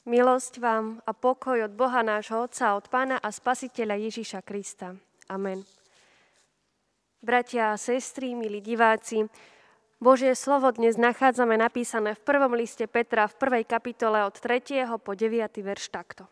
Milosť vám a pokoj od Boha nášho Otca, od Pána a Spasiteľa Ježiša Krista. Amen. Bratia a sestry, milí diváci, Božie slovo dnes nachádzame napísané v prvom liste Petra v 1. kapitole od 3. po 9. verš takto.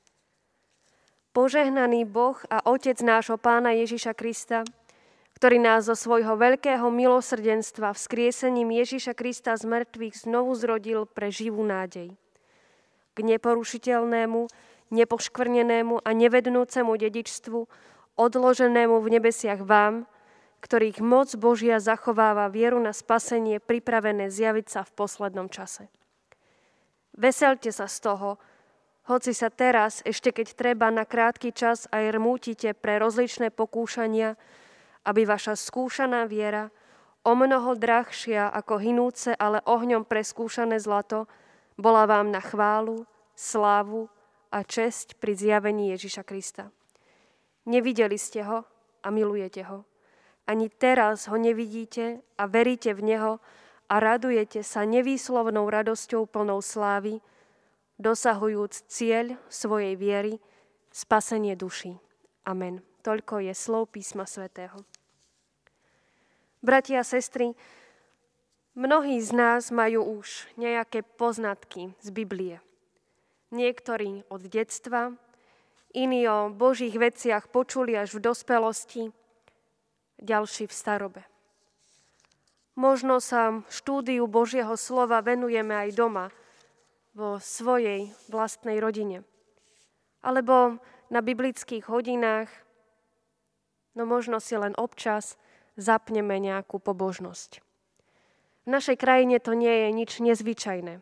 Požehnaný Boh a Otec nášho Pána Ježiša Krista, ktorý nás zo svojho veľkého milosrdenstva vzkriesením Ježiša Krista z mŕtvych znovu zrodil pre živú nádej. K neporušiteľnému, nepoškvrnenému a nevednúcemu dedičstvu, odloženému v nebesiach vám, ktorých moc Božia zachováva vieru na spasenie pripravené zjaviť sa v poslednom čase. Veselte sa z toho, hoci sa teraz, ešte keď treba na krátky čas aj rmútite pre rozličné pokúšania, aby vaša skúšaná viera, omnoho drahšia ako hynúce, ale ohňom preskúšané zlato, bola vám na chválu, slávu a česť pri zjavení Ježiša Krista. Nevideli ste ho a milujete ho. Ani teraz ho nevidíte a veríte v neho a radujete sa nevýslovnou radosťou plnou slávy, dosahujúc cieľ svojej viery, spasenie duší. Amen. Toľko je slov písma svätého. Bratia a sestry, mnohí z nás majú už nejaké poznatky z Biblie. Niektorí od detstva, iní o Božích veciach počuli až v dospelosti, ďalší v starobe. Možno sa štúdiu Božieho slova venujeme aj doma, vo svojej vlastnej rodine. Alebo na biblických hodinách, no možno si len občas zapneme nejakú pobožnosť. V našej krajine to nie je nič nezvyčajné.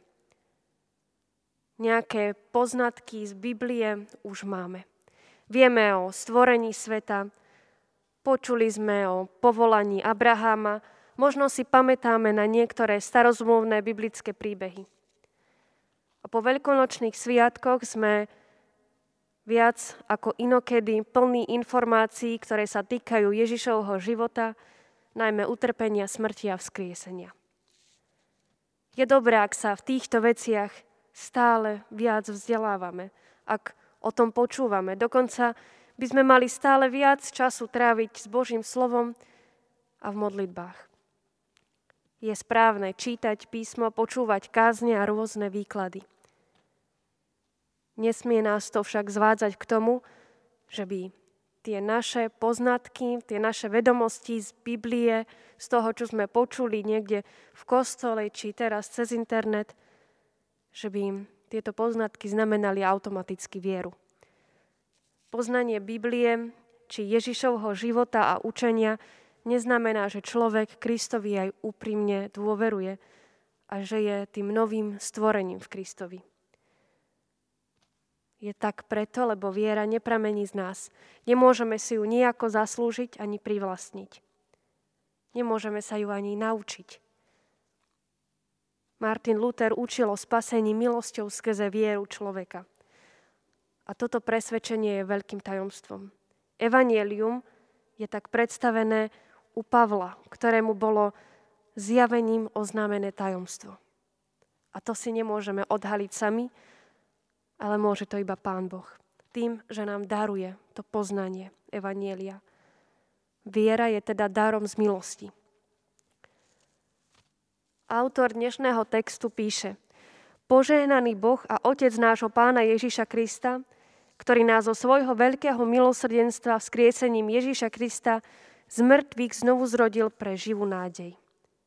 Nejaké poznatky z Biblie už máme. Vieme o stvorení sveta, počuli sme o povolaní Abraháma, možno si pamätáme na niektoré starozmluvné biblické príbehy. A po veľkonočných sviatkoch sme viac ako inokedy plní informácií, ktoré sa týkajú Ježišovho života, najmä utrpenia, smrti a vzkriesenia. Je dobré, ak sa v týchto veciach stále viac vzdelávame, ak o tom počúvame. Dokonca by sme mali stále viac času tráviť s Božím slovom a v modlitbách. Je správne čítať písmo, počúvať kázne a rôzne výklady. Nesmie nás to však zvádzať k tomu, že by tie naše poznatky, tie naše vedomosti z Biblie, z toho, čo sme počuli niekde v kostole, či teraz cez internet, že by im tieto poznatky znamenali automaticky vieru. Poznanie Biblie, či Ježišovho života a učenia neznamená, že človek Kristovi aj úprimne dôveruje a že je tým novým stvorením v Kristovi. Je tak preto, lebo viera nepramení z nás. Nemôžeme si ju nejako zaslúžiť ani privlastniť. Nemôžeme sa ju ani naučiť. Martin Luther učil o spasení milosťou skrze vieru človeka. A toto presvedčenie je veľkým tajomstvom. Evanjelium je tak predstavené u Pavla, ktorému bolo zjavením oznámené tajomstvo. A to si nemôžeme odhaliť sami, ale môže to iba Pán Boh. Tým, že nám daruje to poznanie evanjelia. Viera je teda darom z milosti. Autor dnešného textu píše: Požehnaný Boh a Otec nášho Pána Ježiša Krista, ktorý nás zo svojho veľkého milosrdenstva vzkriesením Ježiša Krista z mŕtvych znovu zrodil pre živú nádej.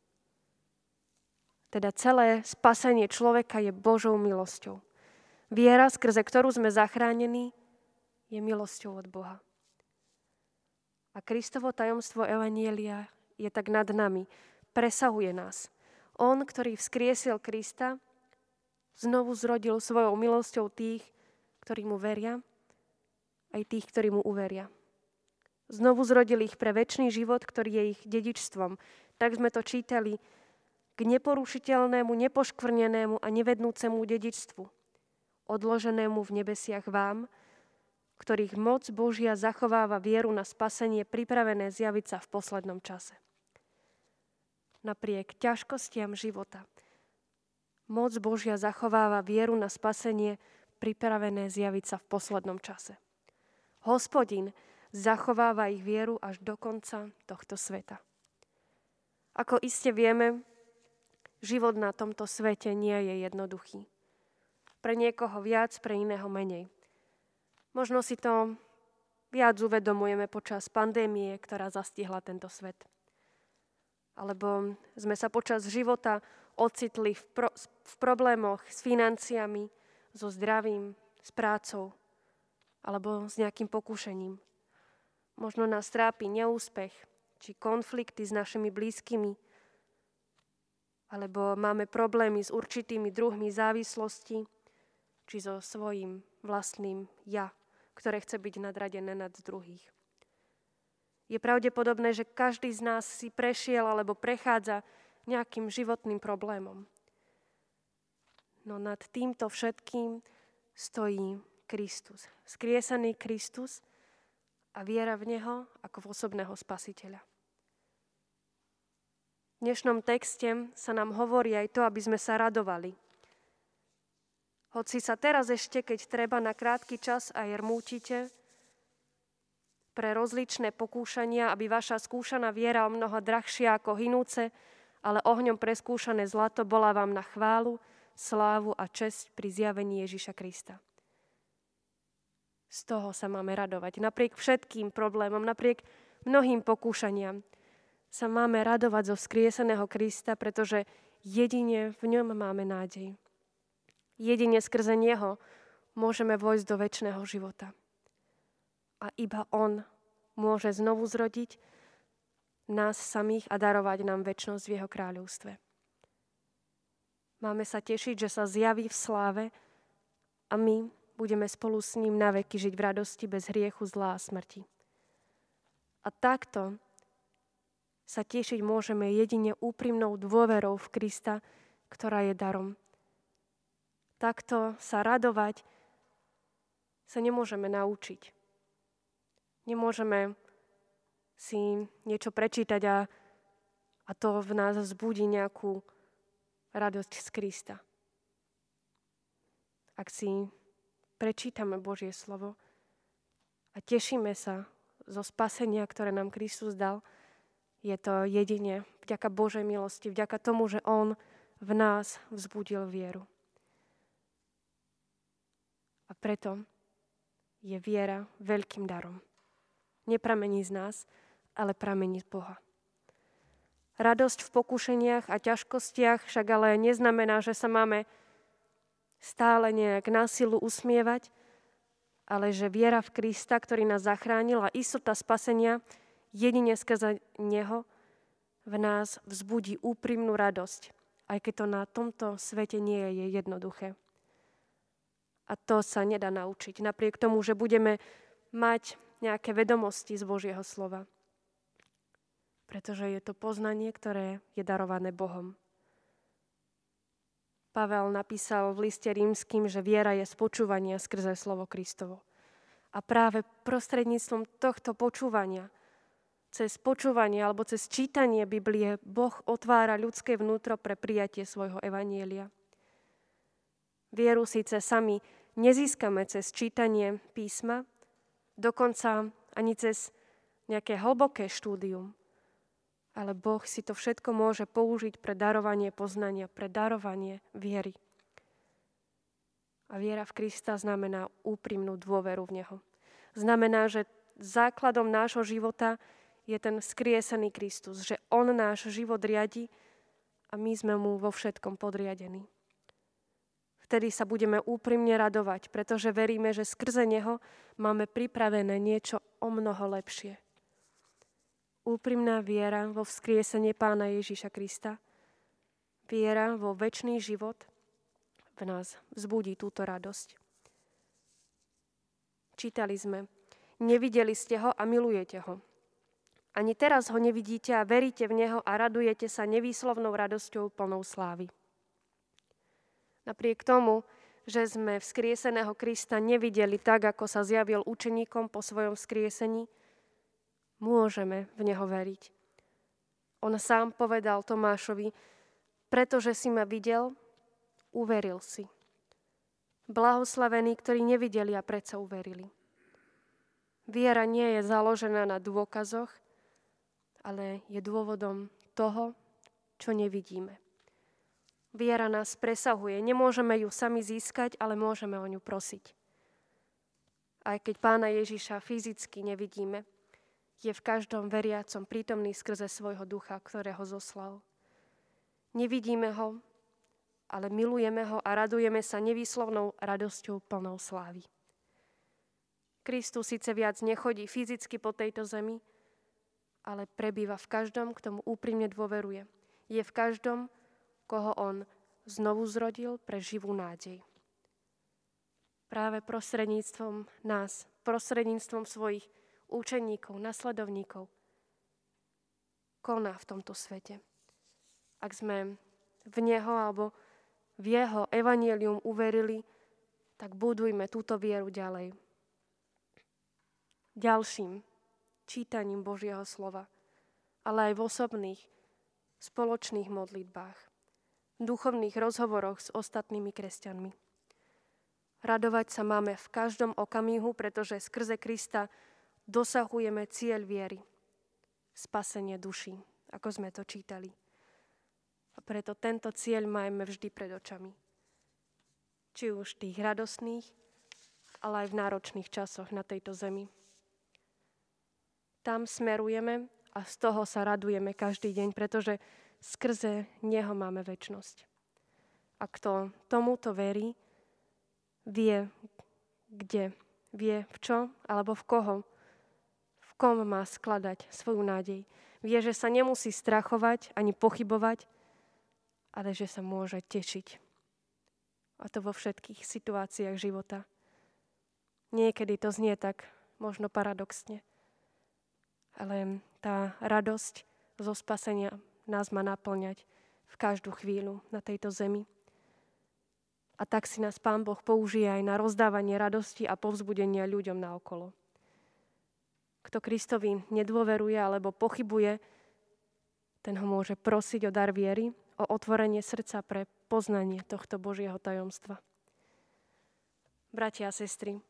Teda celé spasenie človeka je Božou milosťou. Viera, skrze ktorú sme zachránení, je milosťou od Boha. A Kristovo tajomstvo evanjelia je tak nad nami, presahuje nás. On, ktorý vzkriesil Krista, znovu zrodil svojou milosťou tých, ktorí mu veria, aj tých, ktorí mu uveria. Znovu zrodil ich pre večný život, ktorý je ich dedičstvom. Tak sme to čítali, k neporušiteľnému, nepoškvrnenému a nevednúcemu dedičstvu, odloženému v nebesiach vám, ktorých moc Božia zachováva vieru na spasenie pripravené zjaviť sa v poslednom čase. Napriek ťažkostiam života Moc Božia zachováva vieru na spasenie, pripravené zjaviť sa v poslednom čase. Hospodin zachováva ich vieru až do konca tohto sveta. Ako iste vieme, život na tomto svete nie je jednoduchý. Pre niekoho viac, pre iného menej. Možno si to viac uvedomujeme počas pandémie, ktorá zastihla tento svet. Alebo sme sa počas života ocitli v problémoch s financiami, so zdravím, s prácou alebo s nejakým pokúšením. Možno nás trápi neúspech či konflikty s našimi blízkymi, alebo máme problémy s určitými druhmi závislosti či so svojím vlastným ja, ktoré chce byť nadradené nad druhých. Je pravdepodobné, že každý z nás si prešiel alebo prechádza nejakým životným problémom. No nad týmto všetkým stojí Kristus. Vzkriesený Kristus a viera v Neho ako v osobného Spasiteľa. V dnešnom texte sa nám hovorí aj to, aby sme sa radovali. Hoci sa teraz ešte, keď treba na krátky čas aj rmútite, pre rozličné pokúšania, aby vaša skúšaná viera o mnoho drahšia ako hynúce, ale ohňom preskúšané zlato bola vám na chválu, slávu a česť pri zjavení Ježiša Krista. Z toho sa máme radovať. Napriek všetkým problémom, napriek mnohým pokúšaniam sa máme radovať zo vzkrieseného Krista, pretože jedine v ňom máme nádej. Jedine skrze Neho môžeme vojsť do večného života. A iba On môže znovu zrodiť nás samých a darovať nám večnosť v Jeho kráľovstve. Máme sa tešiť, že sa zjaví v sláve a my budeme spolu s ním na veky žiť v radosti bez hriechu, zla a smrti. A takto sa tešiť môžeme jedine úprimnou dôverou v Krista, ktorá je darom. Takto sa radovať sa nemôžeme naučiť. Nemôžeme si niečo prečítať a to v nás vzbudí nejakú radosť z Krista. Ak si prečítame Božie slovo a tešíme sa zo spasenia, ktoré nám Kristus dal, je to jedine vďaka Božej milosti, vďaka tomu, že On v nás vzbudil vieru. A preto je viera veľkým darom. Nepramení z nás, ale pramení z Boha. Radosť v pokušeniach a ťažkostiach však ale neznamená, že sa máme stále nejak na silu usmievať, ale že viera v Krista, ktorý nás zachránil a istota spasenia, jedine skrze Neho v nás vzbudí úprimnú radosť, aj keď to na tomto svete nie je jednoduché. A to sa nedá naučiť, napriek tomu, že budeme mať nejaké vedomosti z Božieho slova. Pretože je to poznanie, ktoré je darované Bohom. Pavel napísal v liste rímskym, že viera je z počúvania skrze slovo Kristovo. A práve prostredníctvom tohto počúvania, cez počúvanie alebo cez čítanie Biblie, Boh otvára ľudské vnútro pre prijatie svojho evanjelia. Vieru síce sami nezískame cez čítanie písma, dokonca ani cez nejaké hlboké štúdium. Ale Boh si to všetko môže použiť pre darovanie poznania, pre darovanie viery. A viera v Krista znamená úprimnú dôveru v Neho. Znamená, že základom nášho života je ten vzkriesený Kristus, že On náš život riadi a my sme mu vo všetkom podriadení. Vtedy sa budeme úprimne radovať, pretože veríme, že skrze Neho máme pripravené niečo o mnoho lepšie. Úprimná viera vo vzkriesenie Pána Ježiša Krista, viera vo večný život v nás vzbudí túto radosť. Čítali sme, nevideli ste ho a milujete ho. Ani teraz ho nevidíte a veríte v Neho a radujete sa nevýslovnou radosťou plnou slávy. Napriek tomu, že sme vzkrieseného Krista nevideli tak, ako sa zjavil učeníkom po svojom vzkriesení, môžeme v Neho veriť. On sám povedal Tomášovi, pretože si ma videl, uveril si. Blahoslavení, ktorí nevideli a predsa uverili. Viera nie je založená na dôkazoch, ale je dôvodom toho, čo nevidíme. Viera nás presahuje. Nemôžeme ju sami získať, ale môžeme o ňu prosiť. Aj keď Pána Ježiša fyzicky nevidíme, je v každom veriacom prítomný skrze svojho ducha, ktorého zoslal. Nevidíme ho, ale milujeme ho a radujeme sa nevýslovnou radosťou plnou slávy. Kristus síce viac nechodí fyzicky po tejto zemi, ale prebýva v každom, k tomu úprimne dôveruje. Je v každom, koho on znovu zrodil pre živú nádej. Práve prostredníctvom nás, prostredníctvom svojich učeníkov, nasledovníkov, koná v tomto svete. Ak sme v Neho alebo v Jeho evanjelium uverili, tak budujme túto vieru ďalej. Ďalším čítaním Božieho slova, ale aj v osobných, spoločných modlitbách, duchovných rozhovoroch s ostatnými kresťanmi. Radovať sa máme v každom okamihu, pretože skrze Krista dosahujeme cieľ viery, spasenie duší, ako sme to čítali. A preto tento cieľ máme vždy pred očami. Či už tých radostných, ale aj v náročných časoch na tejto zemi. Tam smerujeme a z toho sa radujeme každý deň, pretože skrze Neho máme večnosť. A kto tomuto verí, vie kde, vie v čo alebo v koho, v kom má skladať svoju nádej. Vie, že sa nemusí strachovať ani pochybovať, ale že sa môže tešiť. A to vo všetkých situáciách života. Niekedy to znie tak možno paradoxne, ale tá radosť zo spasenia nás má naplňať v každú chvíľu na tejto zemi. A tak si nás Pán Boh použije aj na rozdávanie radosti a povzbudenia ľuďom naokolo. Kto Kristovi nedôveruje alebo pochybuje, ten ho môže prosiť o dar viery, o otvorenie srdca pre poznanie tohto Božieho tajomstva. Bratia a sestry,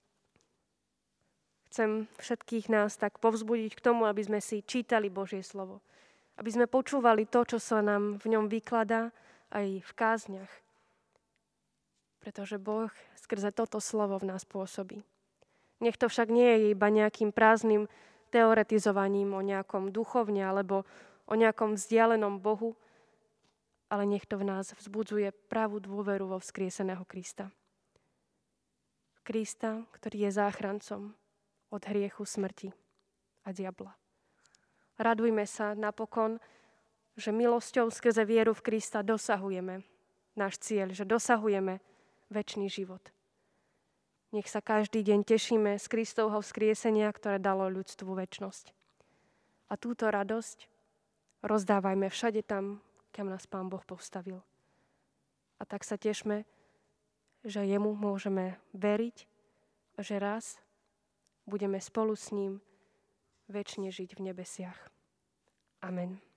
chcem všetkých nás tak povzbudiť k tomu, aby sme si čítali Božie slovo. Aby sme počúvali to, čo sa nám v ňom vykladá aj v kázniach. Pretože Boh skrze toto slovo v nás pôsobí. Nech to však nie je iba nejakým prázdnym teoretizovaním o nejakom duchovne alebo o nejakom vzdialenom Bohu, ale nech to v nás vzbudzuje pravú dôveru vo vzkrieseného Krista. Krista, ktorý je záchrancom od hriechu, smrti a diabla. Radujme sa napokon, že milosťou skrze vieru v Krista dosahujeme náš cieľ, že dosahujeme večný život. Nech sa každý deň tešíme z Kristovho vzkriesenia, ktoré dalo ľudstvu večnosť. A túto radosť rozdávajme všade tam, kam nás Pán Boh postavil. A tak sa tešme, že jemu môžeme veriť a že raz budeme spolu s ním večne žiť v nebesiach. Amen.